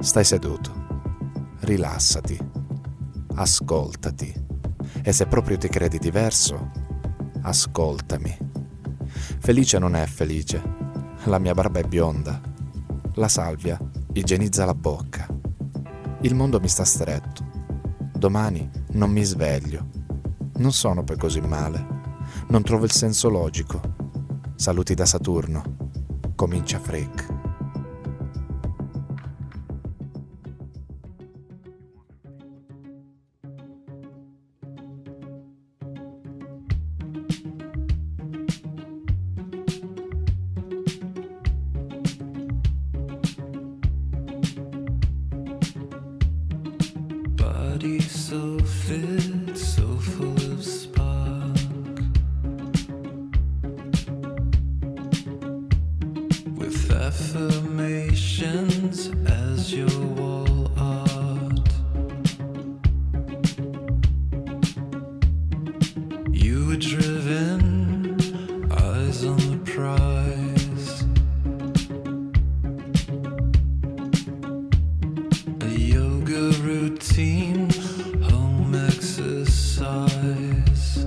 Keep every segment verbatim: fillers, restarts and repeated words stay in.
Stai seduto, rilassati, ascoltati e se proprio ti credi diverso, ascoltami. Felice non è felice, la mia barba è bionda, la salvia igienizza la bocca, il mondo mi sta stretto, domani non mi sveglio, non sono poi così male, non trovo il senso logico. Saluti da Saturno, comincia Freak. Body so fit, so full of spark, with affirmations as your wall art. You were driven, eyes on the prize, a yoga routine, home exercise.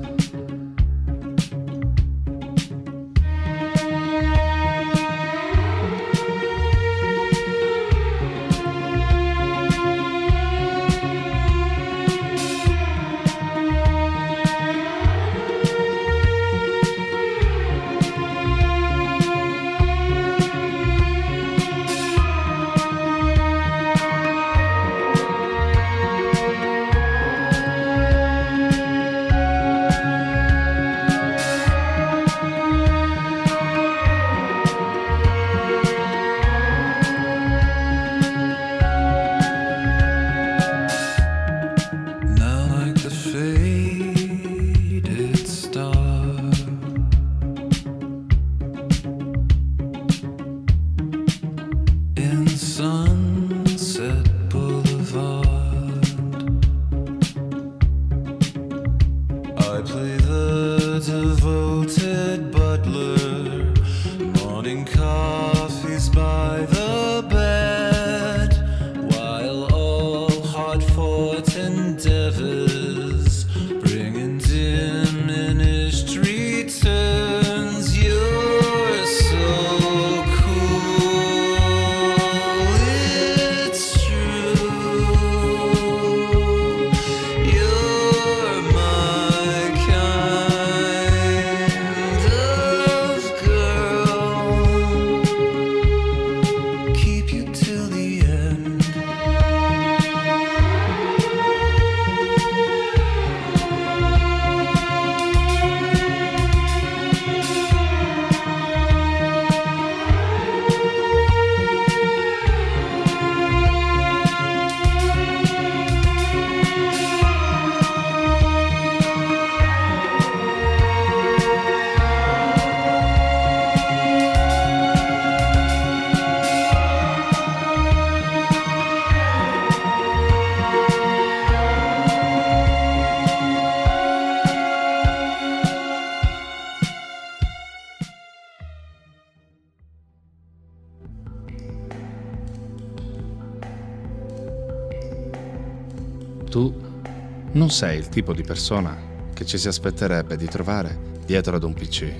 Tu non sei il tipo di persona che ci si aspetterebbe di trovare dietro ad un P C,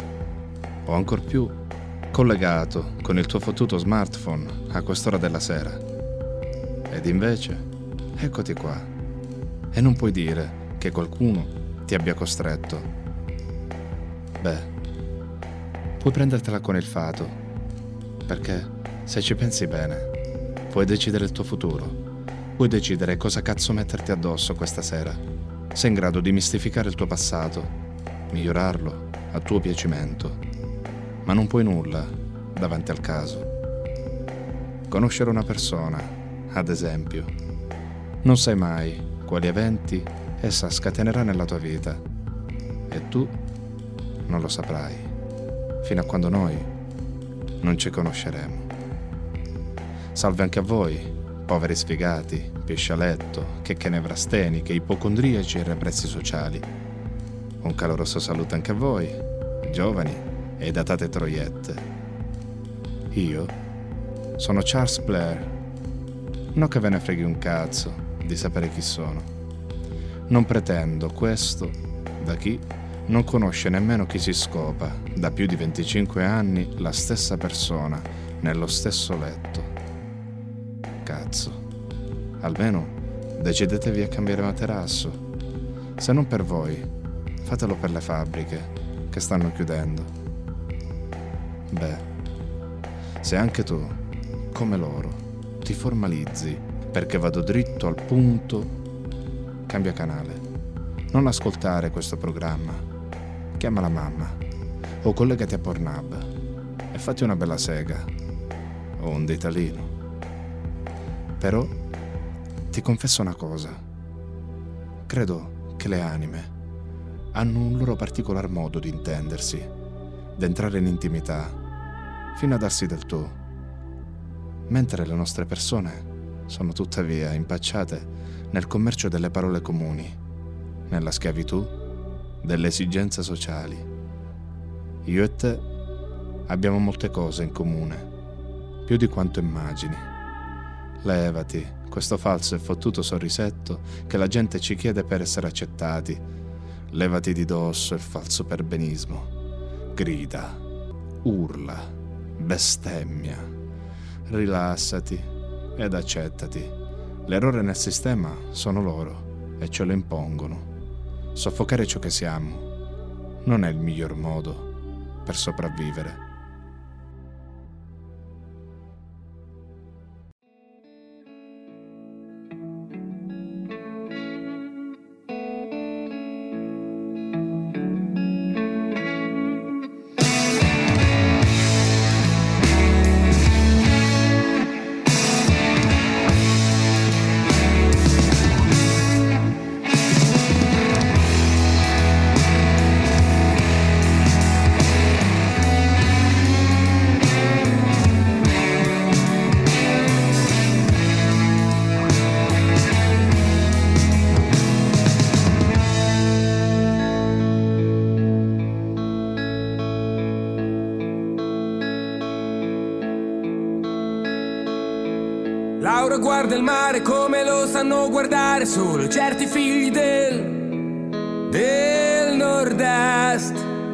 o ancor più collegato con il tuo fottuto smartphone a quest'ora della sera. Ed invece, eccoti qua. E non puoi dire che qualcuno ti abbia costretto. Beh, puoi prendertela con il fato, perché se ci pensi bene, puoi decidere il tuo futuro. Puoi decidere cosa cazzo metterti addosso questa sera. Sei in grado di mistificare il tuo passato, migliorarlo a tuo piacimento, ma non puoi nulla davanti al caso. Conoscere una persona, ad esempio. Non sai mai quali eventi essa scatenerà nella tua vita e tu non lo saprai fino a quando noi non ci conosceremo. Salve anche a voi, poveri sfigati, pesci a letto, checche nevrasteniche, ipocondriaci e repressi sociali. Un caloroso saluto anche a voi, giovani e datate troiette. Io sono Charles Blair, Non che ve ne freghi un cazzo di sapere chi sono. Non pretendo questo da chi non conosce nemmeno chi si scopa da più di venticinque anni la stessa persona nello stesso letto. Cazzo. Almeno decidetevi a cambiare materasso. Se non per voi, fatelo per le fabbriche che stanno chiudendo. Beh, se anche tu, come loro, ti formalizzi perché vado dritto al punto, cambia canale. Non ascoltare questo programma. Chiama la mamma o collegati a Pornhub e fatti una bella sega o un detalino. Però ti confesso una cosa. Credo che le anime hanno un loro particolar modo di intendersi, di entrare in intimità, fino a darsi del tu, mentre le nostre persone sono tuttavia impacciate nel commercio delle parole comuni, nella schiavitù delle esigenze sociali. Io e te abbiamo molte cose in comune, più di quanto immagini. Levati questo falso e fottuto sorrisetto che la gente ci chiede per essere accettati. Levati di dosso il falso perbenismo. Grida, urla, bestemmia. Rilassati ed accettati. L'errore nel sistema sono loro e ce lo impongono. Soffocare ciò che siamo non è il miglior modo per sopravvivere. Laura guarda il mare come lo sanno guardare solo certi figli del, del nord-est.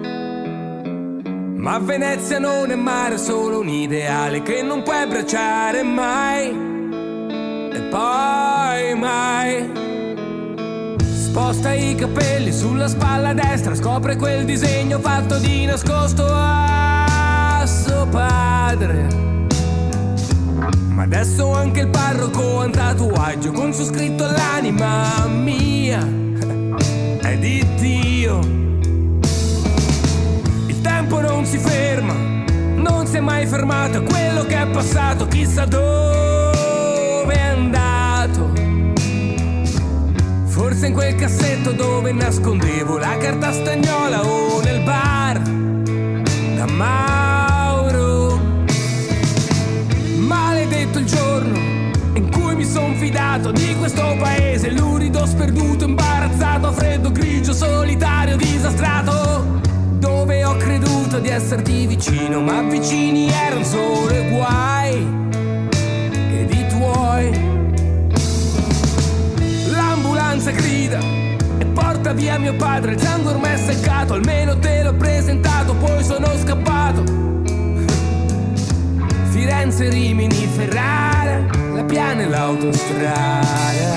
Ma Venezia non è mare, è solo un ideale che non puoi abbracciare mai. E poi mai. Sposta i capelli sulla spalla destra, scopre quel disegno fatto di nascosto a suo padre. Ma adesso anche il parroco ha un tatuaggio con su scritto l'anima mia è di Dio. Il tempo non si ferma, non si è mai fermato, quello che è passato chissà dove è andato. Forse in quel cassetto dove nascondevo la carta stagnola o nel bar da Mauro. Maledetto il giorno in cui mi son fidato di questo paese, lurido, sperduto, imbarazzato, freddo, grigio, solitario, disastrato, dove ho creduto di esserti vicino, ma vicini erano solo i guai ed i tuoi. L'ambulanza grida e porta via mio padre, il sangue ormai è seccato, almeno te l'ho presentato, poi sono scappato. Firenze, Rimini, Ferrara, la Piana e l'autostrada.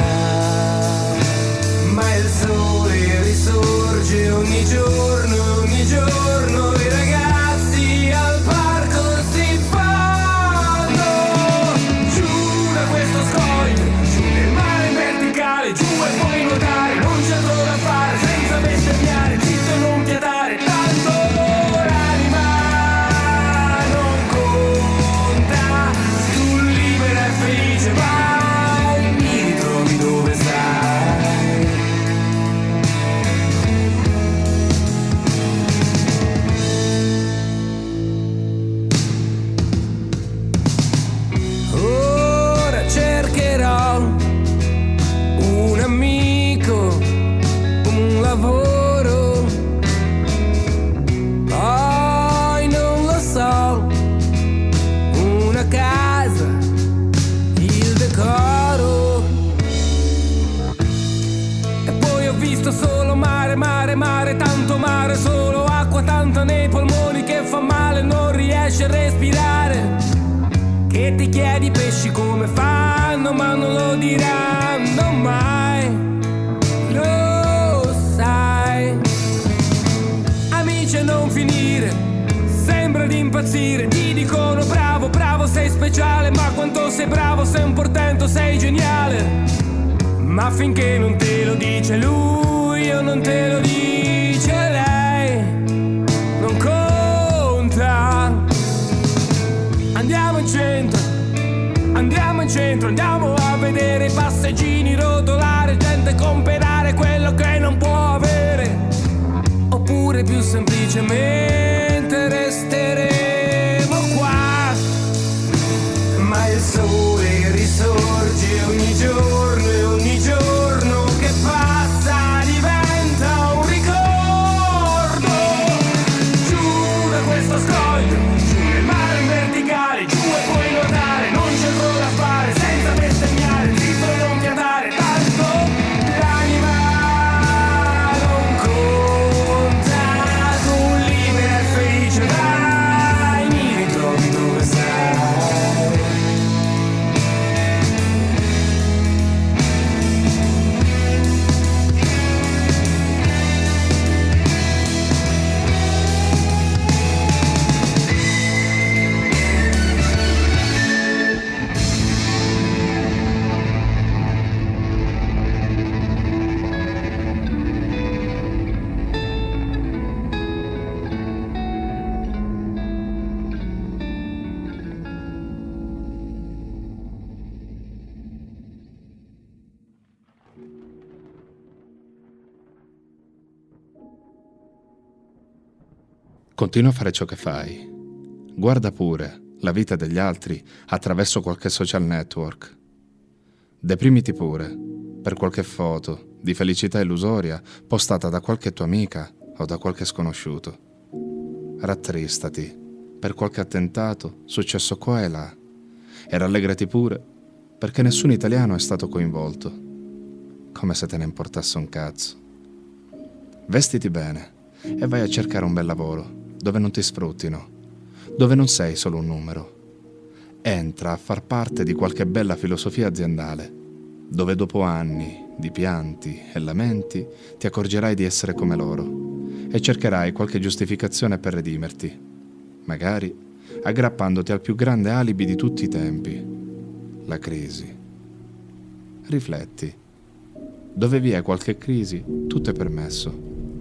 Ma il sole risorge ogni giorno, ogni giorno i ragazzi al parco si fanno. Giù da questo scoglio, giù nel mare in verticale, giù e puoi nuotare, non c'è altro da fare senza bestemmiare, zitto e non piatare, tanto l'anima non conta, tu libera e felice vai, mi ritrovi dove stai. mare, mare, mare, tanto mare, solo acqua, tanta nei polmoni che fa male, non riesci a respirare. Che ti chiedi pesci come fanno, ma non lo diranno mai, lo sai. Amici a non finire, sembra di impazzire, ti dicono bravo, bravo, sei speciale, ma quanto sei bravo, sei un portento, sei geniale. Ma finché non te lo dice lui o non te lo dice lei, non conta. Andiamo in centro, andiamo in centro, andiamo a vedere i passeggini rotolare, gente comprare quello che non può avere. Oppure più semplicemente resteremo qua. Ma il sole risorge ogni giorno e ogni giorno che passa diventa un ricordo. Giù da questo scoglio, giù nel mare in verticale, giù e puoi nuotare, non c'è nulla da fare senza bestemmiare, zitto e non fiatare, tanto l'anima non conta, tu libera e felice vai, mi ritrovi dove sei. Continua a fare ciò che fai. Guarda pure la vita degli altri attraverso qualche social network. Deprimiti pure per qualche foto di felicità illusoria postata da qualche tua amica o da qualche sconosciuto. Rattristati per qualche attentato successo qua e là e rallegrati pure perché nessun italiano è stato coinvolto. Come se te ne importasse un cazzo. Vestiti bene e vai a cercare un bel lavoro dove non ti sfruttino, dove non sei solo un numero. Entra a far parte di qualche bella filosofia aziendale, dove dopo anni di pianti e lamenti ti accorgerai di essere come loro e cercherai qualche giustificazione per redimerti, magari aggrappandoti al più grande alibi di tutti i tempi, la crisi. Rifletti. Dove vi è qualche crisi, tutto è permesso.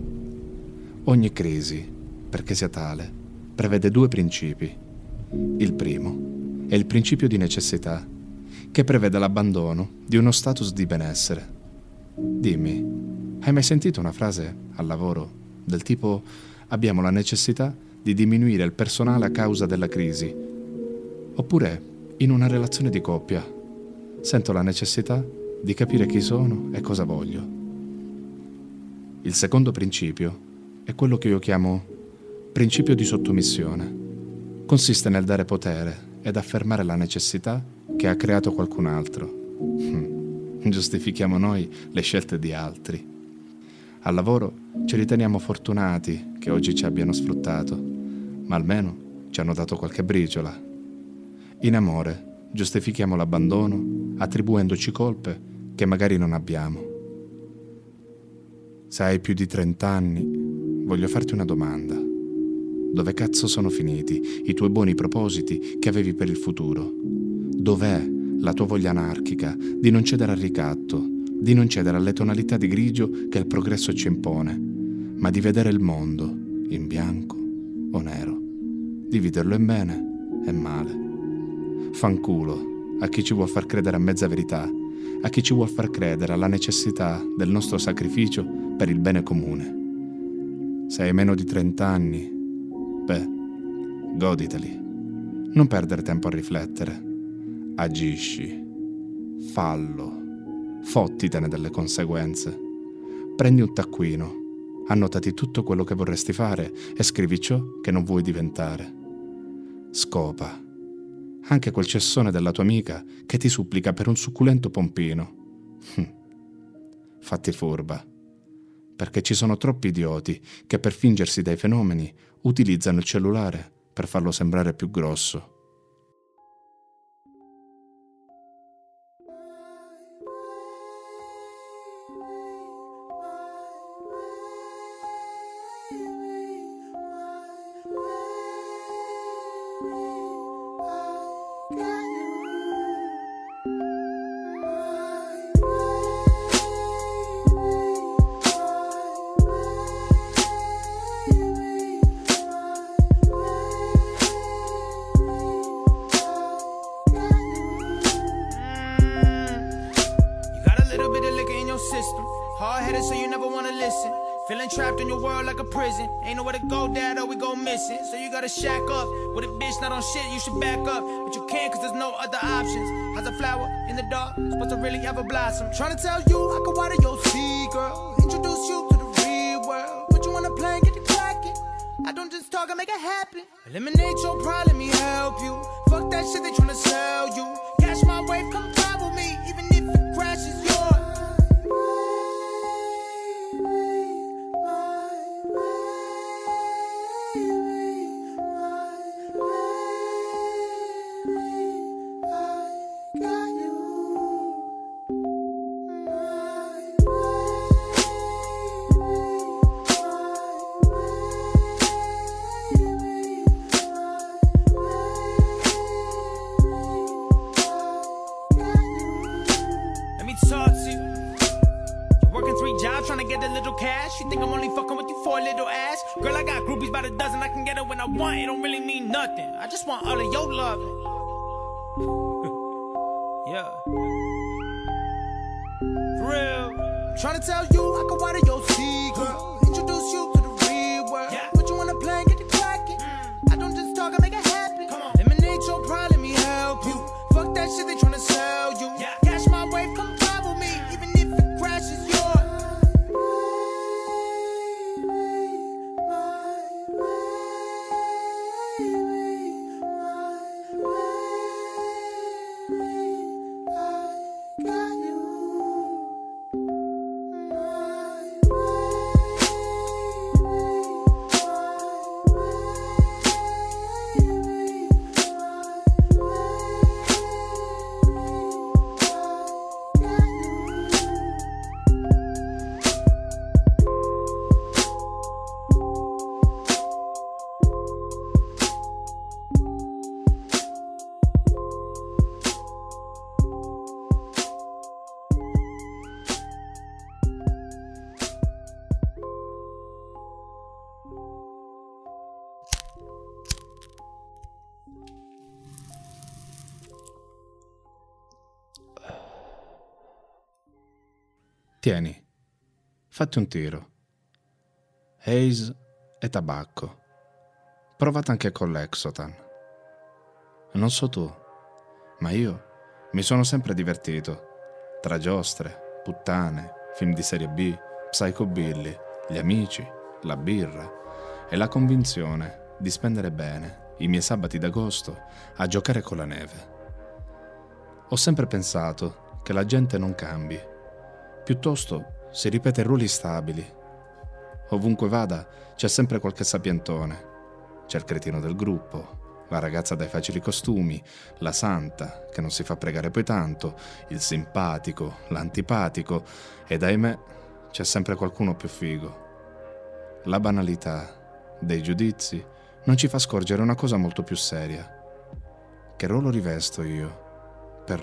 Ogni crisi, perché sia tale, prevede due principi. Il primo è il principio di necessità, che prevede l'abbandono di uno status di benessere. Dimmi, hai mai sentito una frase al lavoro del tipo abbiamo la necessità di diminuire il personale a causa della crisi? Oppure in una relazione di coppia sento la necessità di capire chi sono e cosa voglio. Il secondo principio è quello che io chiamo principio di sottomissione. Consiste nel dare potere ed affermare la necessità che ha creato qualcun altro. Giustifichiamo noi le scelte di altri. Al lavoro ci riteniamo fortunati che oggi ci abbiano sfruttato, ma almeno ci hanno dato qualche briciola. In amore giustifichiamo l'abbandono attribuendoci colpe che magari non abbiamo. Se hai più di trent'anni, voglio farti una domanda. Dove cazzo sono finiti i tuoi buoni propositi che avevi per il futuro? Dov'è la tua voglia anarchica di non cedere al ricatto, di non cedere alle tonalità di grigio che il progresso ci impone, ma di vedere il mondo in bianco o nero, dividerlo in bene e male? Fanculo a chi ci vuol far credere a mezza verità, a chi ci vuol far credere alla necessità del nostro sacrificio per il bene comune. Se hai meno di trent'anni, beh, goditeli. Non perdere tempo a riflettere. Agisci. Fallo. Fottitene delle conseguenze. Prendi un taccuino, annotati tutto quello che vorresti fare e scrivi ciò che non vuoi diventare. Scopa. Anche quel cessone della tua amica che ti supplica per un succulento pompino. Fatti furba. perché ci sono troppi idioti che per fingersi dai fenomeni utilizzano il cellulare per farlo sembrare più grosso. Hard-headed so you never wanna listen. Feeling trapped in your world like a prison. Ain't nowhere to go, dad, or we go missing. So you gotta shack up. With a bitch not on shit, you should back up. But you can't cause there's no other options. How's a flower in the dark supposed to really ever blossom? Trying to tell you I can water your seed, girl. Introduce you to the real world. Put you on a plane, get you cracking. I don't just talk, I make it happen. Eliminate your problem, me help you. Fuck that shit they tryna sell you. Catch my wave, come fly with me. Even if it crashes, yours. Trying to get a little cash. You think I'm only fucking with you for a little ass? Girl, I got groupies by the dozen. I can get it when I want. It don't really mean nothing. I just want all of your love. Yeah. For real. I'm trying to tell you I can water your seed, girl. Introduce you to the real world. Yeah. Put you on a plane, get you cracking. Mm. I don't just talk, I make it happen. Come on. Eliminate your problem, me help you. Fuck that shit they tryna sell you. Yeah. Catch my wave, come fly with me. Even if it crashes, yours. Tieni, fatti un tiro. Haze e tabacco. Provate anche con l'Exotan. Non so tu, ma io mi sono sempre divertito. Tra giostre, puttane, film di serie B, psychobilly, gli amici, la birra e la convinzione di spendere bene i miei sabati d'agosto a giocare con la neve. Ho sempre pensato che la gente non cambi. Piuttosto si ripete ruoli stabili. Ovunque vada c'è sempre qualche sapientone. C'è il cretino del gruppo, la ragazza dai facili costumi, la santa che non si fa pregare poi tanto, il simpatico, l'antipatico ed ahimè c'è sempre qualcuno più figo. La banalità dei giudizi non ci fa scorgere una cosa molto più seria. Che ruolo rivesto io per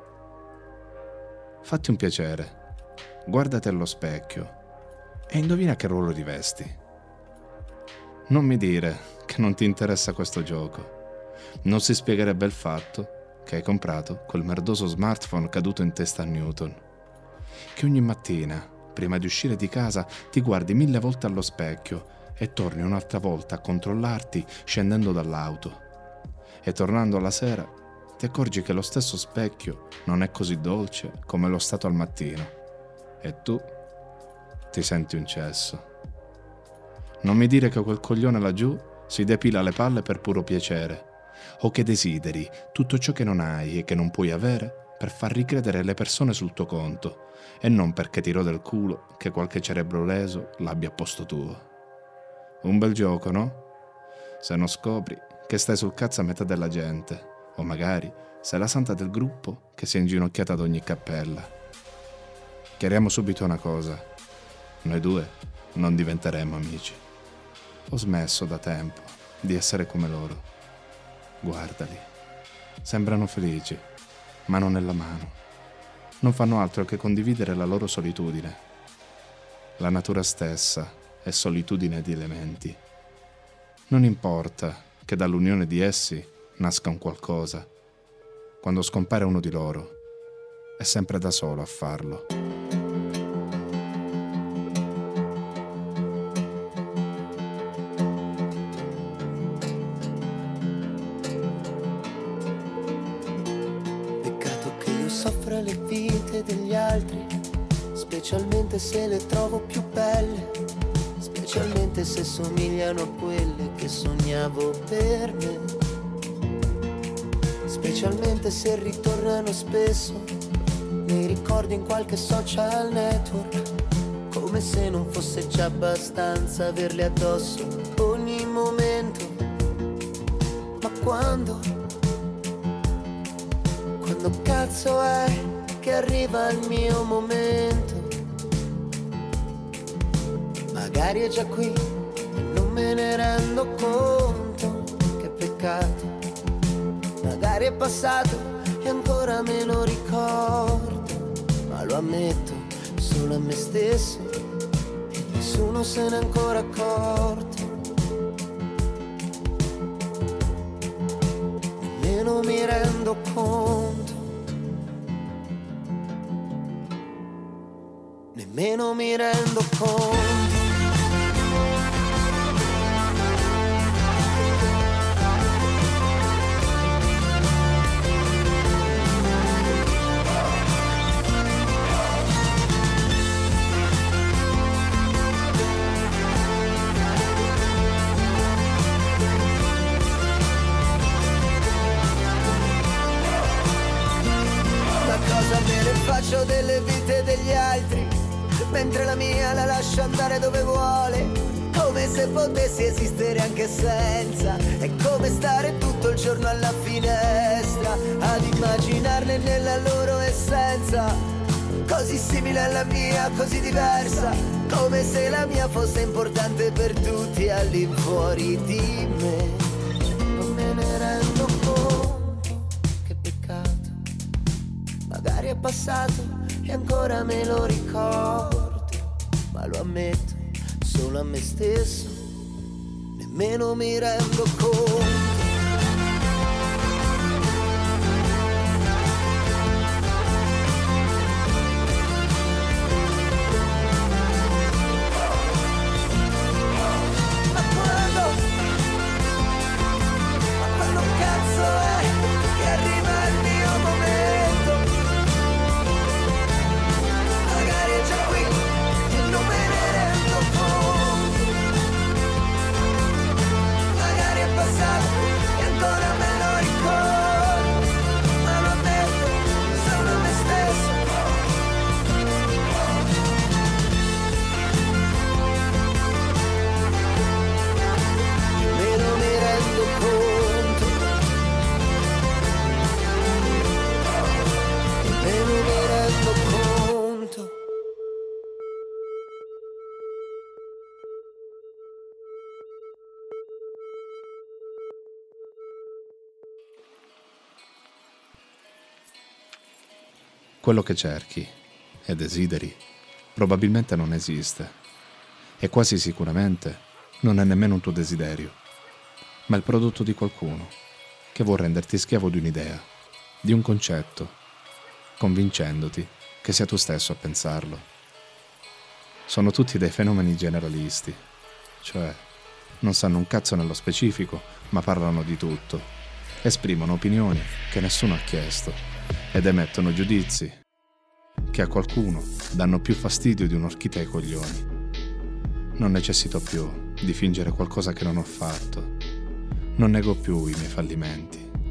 loro? Fatti un piacere. Guardati allo specchio e indovina che ruolo rivesti. Non mi dire che non ti interessa questo gioco. Non si spiegherebbe il fatto che hai comprato quel merdoso smartphone caduto in testa a Newton. Che ogni mattina, prima di uscire di casa, ti guardi mille volte allo specchio e torni un'altra volta a controllarti scendendo dall'auto. E tornando alla sera, ti accorgi che lo stesso specchio non è così dolce come lo stato al mattino. E tu ti senti un cesso. Non mi dire che quel coglione laggiù si depila le palle per puro piacere, o che desideri tutto ciò che non hai e che non puoi avere per far ricredere le persone sul tuo conto e non perché ti rode il culo che qualche cerebro leso l'abbia a posto tuo. Un bel gioco, no? Se non scopri che stai sul cazzo a metà della gente, o magari sei la santa del gruppo che si è inginocchiata ad ogni cappella. Chiariamo subito una cosa: noi due non diventeremo amici. Ho smesso da tempo di essere come loro. Guardali, sembrano felici, mano nella mano. Non fanno altro che condividere la loro solitudine. La natura stessa è solitudine di elementi. Non importa che dall'unione di essi nasca un qualcosa. Quando scompare uno di loro, è sempre da solo a farlo. Peccato che io soffra le vite degli altri, specialmente se le trovo più belle, specialmente se somigliano a quelle che sognavo per me, specialmente se ritornano spesso nei ricordi in qualche social network, come se non fosse già abbastanza averle addosso ogni momento. Ma quando, quando cazzo è che arriva il mio momento? Magari è già qui e non me ne rendo conto, che peccato. Magari è passato e ancora me lo ricordo, ma lo ammetto solo a me stesso e nessuno se n'è ancora accorto. Nemmeno mi rendo conto, nemmeno mi rendo conto. Faccio delle vite degli altri, mentre la mia la lascio andare dove vuole, come se potessi esistere anche senza. È come stare tutto il giorno alla finestra ad immaginarne nella loro essenza, così simile alla mia, così diversa, come se la mia fosse importante per tutti all'infuori di me. Non me ne rendo conto, che peccato. Magari è passato e ancora me lo ricordo, ma lo ammetto solo a me stesso, nemmeno mi rendo conto. Ma quando, ma quando cazzo è che arriva il mio momento? Quello che cerchi e desideri probabilmente non esiste e quasi sicuramente non è nemmeno un tuo desiderio, ma il prodotto di qualcuno che vuol renderti schiavo di un'idea, di un concetto, convincendoti che sia tu stesso a pensarlo. Sono tutti dei fenomeni generalisti, cioè non sanno un cazzo nello specifico, ma parlano di tutto, esprimono opinioni che nessuno ha chiesto ed emettono giudizi che a qualcuno danno più fastidio di un'orchidea ai coglioni. Non necessito più di fingere qualcosa che non ho fatto. Non nego più i miei fallimenti.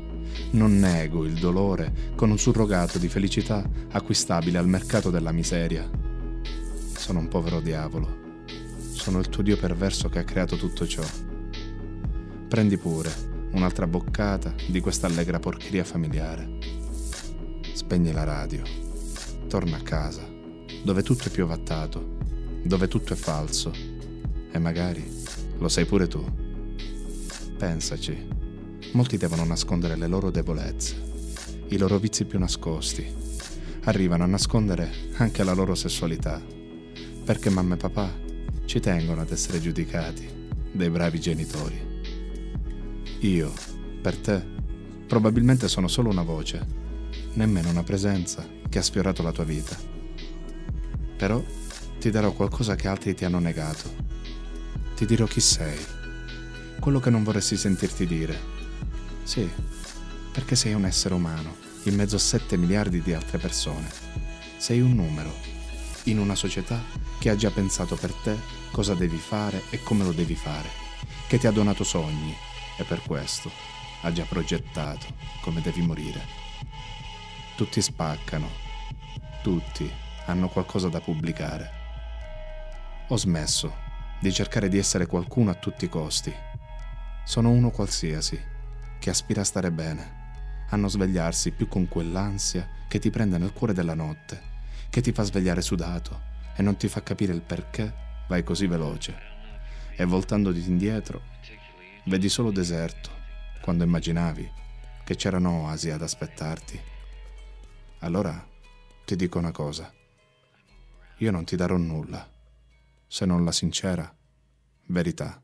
Non nego il dolore con un surrogato di felicità acquistabile al mercato della miseria. Sono un povero diavolo. Sono il tuo Dio perverso che ha creato tutto ciò. Prendi pure un'altra boccata di questa allegra porcheria familiare. Spegni la radio. Torna a casa, dove tutto è piovattato, dove tutto è falso. E magari lo sai pure tu. Pensaci. Molti devono nascondere le loro debolezze, i loro vizi più nascosti. Arrivano a nascondere anche la loro sessualità, perché mamma e papà ci tengono ad essere giudicati dai bravi genitori. Io, per te, probabilmente sono solo una voce, nemmeno una presenza che ha sfiorato la tua vita. Però ti darò qualcosa che altri ti hanno negato. Ti dirò chi sei, quello che non vorresti sentirti dire. Sì, perché sei un essere umano, in mezzo a sette miliardi di altre persone. Sei un numero, in una società che ha già pensato per te cosa devi fare e come lo devi fare, che ti ha donato sogni e per questo ha già progettato come devi morire. Tutti spaccano, tutti hanno qualcosa da pubblicare. Ho smesso di cercare di essere qualcuno a tutti i costi. Sono uno qualsiasi, che aspira a stare bene, a non svegliarsi più con quell'ansia che ti prende nel cuore della notte, che ti fa svegliare sudato e non ti fa capire il perché vai così veloce. E voltandoti indietro, vedi solo deserto, quando immaginavi che c'erano oasi ad aspettarti. Allora ti dico una cosa, io non ti darò nulla, se non la sincera verità.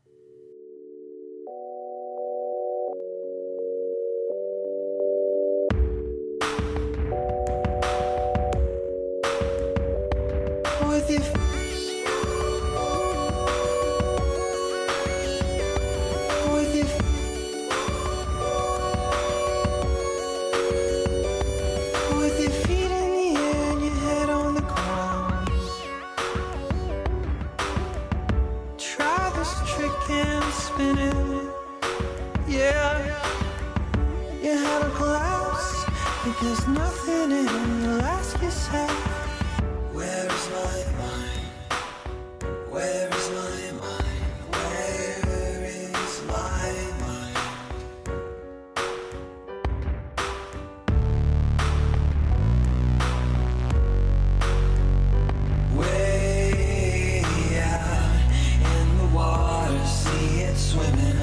There's nothing in it, you'll ask yourself, where is my mind? Where is my mind? Where is my mind? Way out in the water, see it swimming.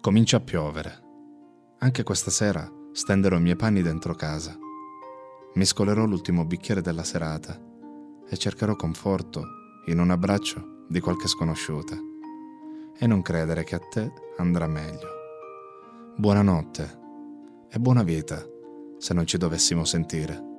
Comincia a piovere. Anche questa sera stenderò i miei panni dentro casa. Miscolerò l'ultimo bicchiere della serata e cercherò conforto in un abbraccio di qualche sconosciuta. E non credere che a te andrà meglio. Buonanotte e buona vita se non ci dovessimo sentire.